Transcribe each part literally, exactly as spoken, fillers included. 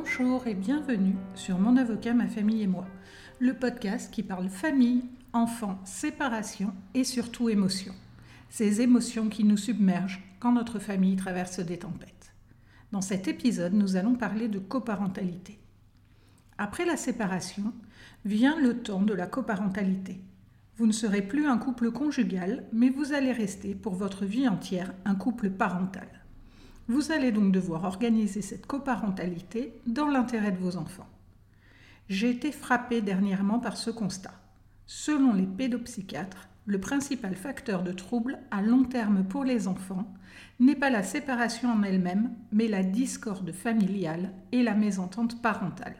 Bonjour et bienvenue sur Mon avocat, ma famille et moi, le podcast qui parle famille, enfants, séparation et surtout émotions. Ces émotions qui nous submergent quand notre famille traverse des tempêtes. Dans cet épisode, nous allons parler de coparentalité. Après la séparation, vient le temps de la coparentalité. Vous ne serez plus un couple conjugal, mais vous allez rester pour votre vie entière un couple parental. Vous allez donc devoir organiser cette coparentalité dans l'intérêt de vos enfants. J'ai été frappée dernièrement par ce constat. Selon les pédopsychiatres, le principal facteur de trouble à long terme pour les enfants n'est pas la séparation en elle-même, mais la discorde familiale et la mésentente parentale.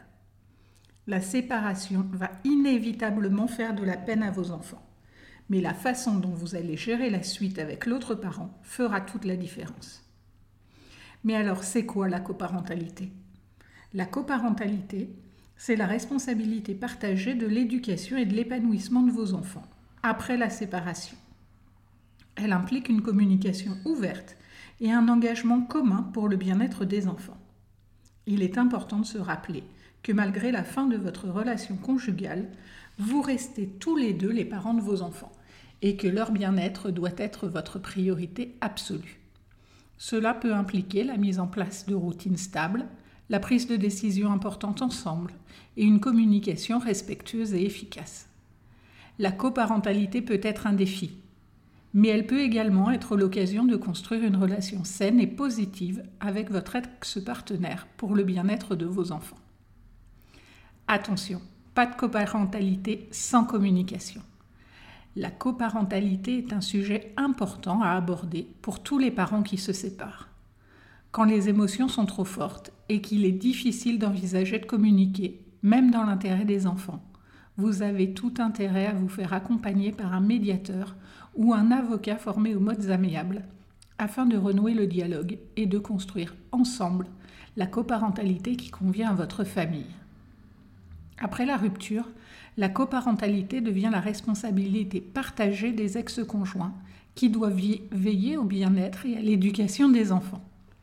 La séparation va inévitablement faire de la peine à vos enfants, mais la façon dont vous allez gérer la suite avec l'autre parent fera toute la différence. Mais alors, c'est quoi la coparentalité ? La coparentalité, c'est la responsabilité partagée de l'éducation et de l'épanouissement de vos enfants après la séparation. Elle implique une communication ouverte et un engagement commun pour le bien-être des enfants. Il est important de se rappeler que malgré la fin de votre relation conjugale, vous restez tous les deux les parents de vos enfants et que leur bien-être doit être votre priorité absolue. Cela peut impliquer la mise en place de routines stables, la prise de décisions importantes ensemble et une communication respectueuse et efficace. La coparentalité peut être un défi, mais elle peut également être l'occasion de construire une relation saine et positive avec votre ex-partenaire pour le bien-être de vos enfants. Attention, pas de coparentalité sans communication. La coparentalité est un sujet important à aborder pour tous les parents qui se séparent. Quand les émotions sont trop fortes et qu'il est difficile d'envisager de communiquer, même dans l'intérêt des enfants, vous avez tout intérêt à vous faire accompagner par un médiateur ou un avocat formé aux modes amiables afin de renouer le dialogue et de construire ensemble la coparentalité qui convient à votre famille. Après la rupture, la coparentalité devient la responsabilité partagée des ex-conjoints qui doivent veiller au bien-être et à l'éducation des enfants.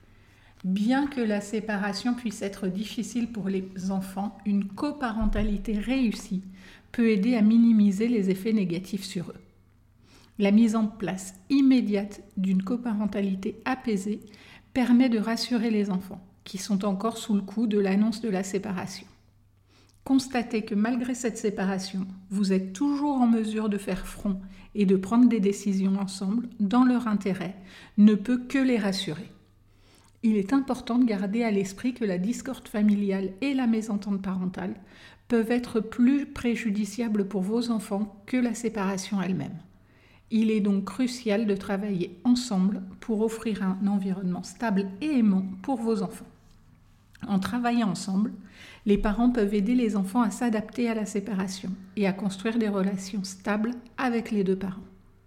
Bien que la séparation puisse être difficile pour les enfants, une coparentalité réussie peut aider à minimiser les effets négatifs sur eux. La mise en place immédiate d'une coparentalité apaisée permet de rassurer les enfants qui sont encore sous le coup de l'annonce de la séparation. Constatez que malgré cette séparation, vous êtes toujours en mesure de faire front et de prendre des décisions ensemble dans leur intérêt ne peut que les rassurer. Il est important de garder à l'esprit que la discorde familiale et la mésentente parentale peuvent être plus préjudiciables pour vos enfants que la séparation elle-même. Il est donc crucial de travailler ensemble pour offrir un environnement stable et aimant pour vos enfants. En travaillant ensemble, les parents peuvent aider les enfants à s'adapter à la séparation et à construire des relations stables avec les deux parents.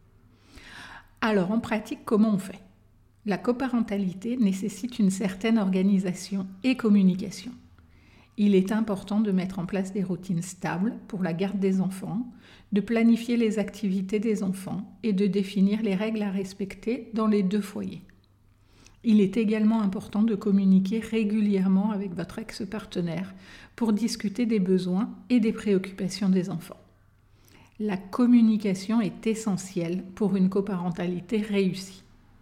Alors, en pratique, comment on fait ? La coparentalité nécessite une certaine organisation et communication. Il est important de mettre en place des routines stables pour la garde des enfants, de planifier les activités des enfants et de définir les règles à respecter dans les deux foyers. Il est également important de communiquer régulièrement avec votre ex-partenaire pour discuter des besoins et des préoccupations des enfants. La communication est essentielle pour une coparentalité réussie.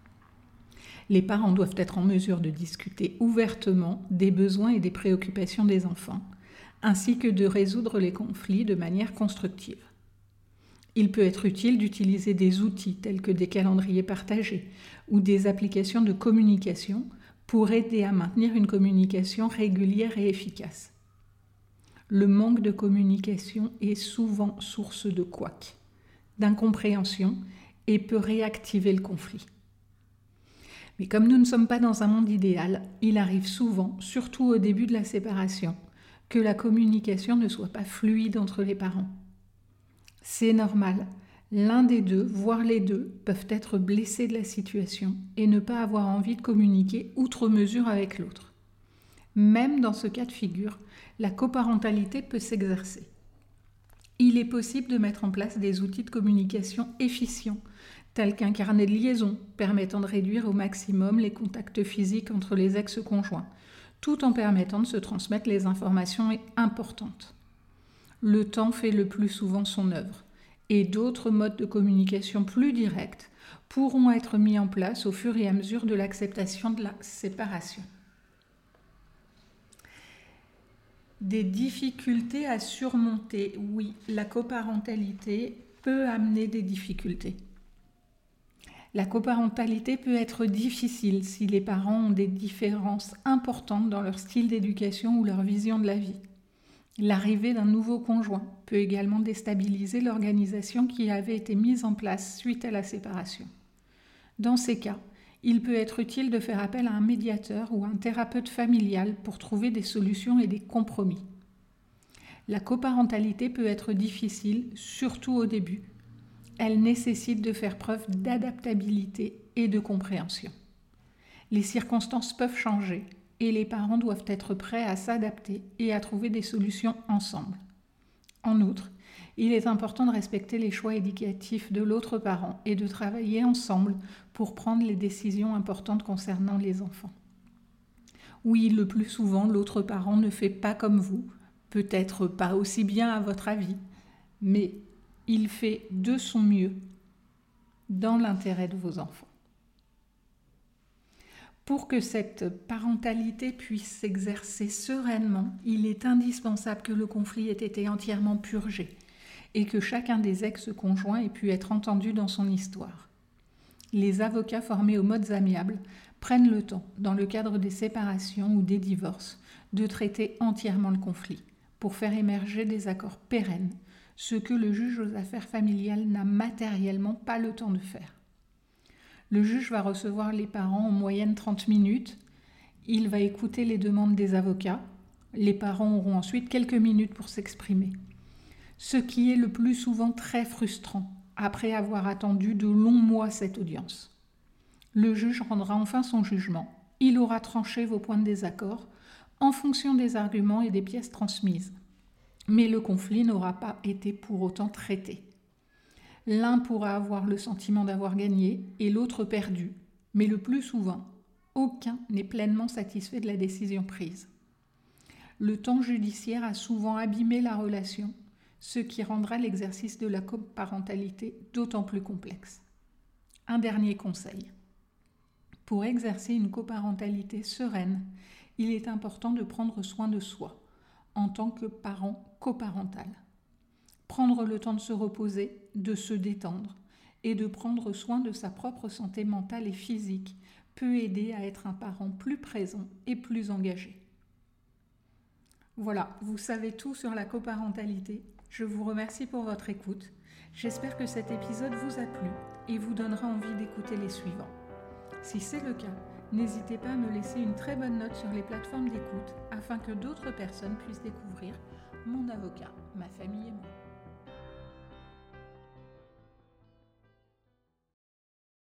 Les parents doivent être en mesure de discuter ouvertement des besoins et des préoccupations des enfants, ainsi que de résoudre les conflits de manière constructive. Il peut être utile d'utiliser des outils tels que des calendriers partagés ou des applications de communication pour aider à maintenir une communication régulière et efficace. Le manque de communication est souvent source de couac, d'incompréhension et peut réactiver le conflit. Mais comme nous ne sommes pas dans un monde idéal, il arrive souvent, surtout au début de la séparation, que la communication ne soit pas fluide entre les parents. C'est normal, l'un des deux, voire les deux, peuvent être blessés de la situation et ne pas avoir envie de communiquer outre mesure avec l'autre. Même dans ce cas de figure, la coparentalité peut s'exercer. Il est possible de mettre en place des outils de communication efficients, tels qu'un carnet de liaison permettant de réduire au maximum les contacts physiques entre les ex-conjoints, tout en permettant de se transmettre les informations importantes. Le temps fait le plus souvent son œuvre, et d'autres modes de communication plus directs pourront être mis en place au fur et à mesure de l'acceptation de la séparation. Des difficultés à surmonter. Oui, la coparentalité peut amener des difficultés. La coparentalité peut être difficile si les parents ont des différences importantes dans leur style d'éducation ou leur vision de la vie. L'arrivée d'un nouveau conjoint peut également déstabiliser l'organisation qui avait été mise en place suite à la séparation. Dans ces cas, il peut être utile de faire appel à un médiateur ou un thérapeute familial pour trouver des solutions et des compromis. La coparentalité peut être difficile, surtout au début. Elle nécessite de faire preuve d'adaptabilité et de compréhension. Les circonstances peuvent changer et les parents doivent être prêts à s'adapter et à trouver des solutions ensemble. En outre, il est important de respecter les choix éducatifs de l'autre parent et de travailler ensemble pour prendre les décisions importantes concernant les enfants. Oui, le plus souvent, l'autre parent ne fait pas comme vous, peut-être pas aussi bien à votre avis, mais il fait de son mieux dans l'intérêt de vos enfants. Pour que cette parentalité puisse s'exercer sereinement, il est indispensable que le conflit ait été entièrement purgé et que chacun des ex-conjoints ait pu être entendu dans son histoire. Les avocats formés aux modes amiables prennent le temps, dans le cadre des séparations ou des divorces, de traiter entièrement le conflit pour faire émerger des accords pérennes, ce que le juge aux affaires familiales n'a matériellement pas le temps de faire. Le juge va recevoir les parents en moyenne trente minutes. Il va écouter les demandes des avocats. Les parents auront ensuite quelques minutes pour s'exprimer. Ce qui est le plus souvent très frustrant après avoir attendu de longs mois cette audience. Le juge rendra enfin son jugement. Il aura tranché vos points de désaccord en fonction des arguments et des pièces transmises. Mais le conflit n'aura pas été pour autant traité. L'un pourra avoir le sentiment d'avoir gagné et l'autre perdu, mais le plus souvent, aucun n'est pleinement satisfait de la décision prise. Le temps judiciaire a souvent abîmé la relation, ce qui rendra l'exercice de la coparentalité d'autant plus complexe. Un dernier conseil. Pour exercer une coparentalité sereine, il est important de prendre soin de soi en tant que parent coparental. Prendre le temps de se reposer, de se détendre et de prendre soin de sa propre santé mentale et physique peut aider à être un parent plus présent et plus engagé. Voilà, vous savez tout sur la coparentalité. Je vous remercie pour votre écoute. J'espère que cet épisode vous a plu et vous donnera envie d'écouter les suivants. Si c'est le cas, n'hésitez pas à me laisser une très bonne note sur les plateformes d'écoute afin que d'autres personnes puissent découvrir mon avocat, ma famille et moi.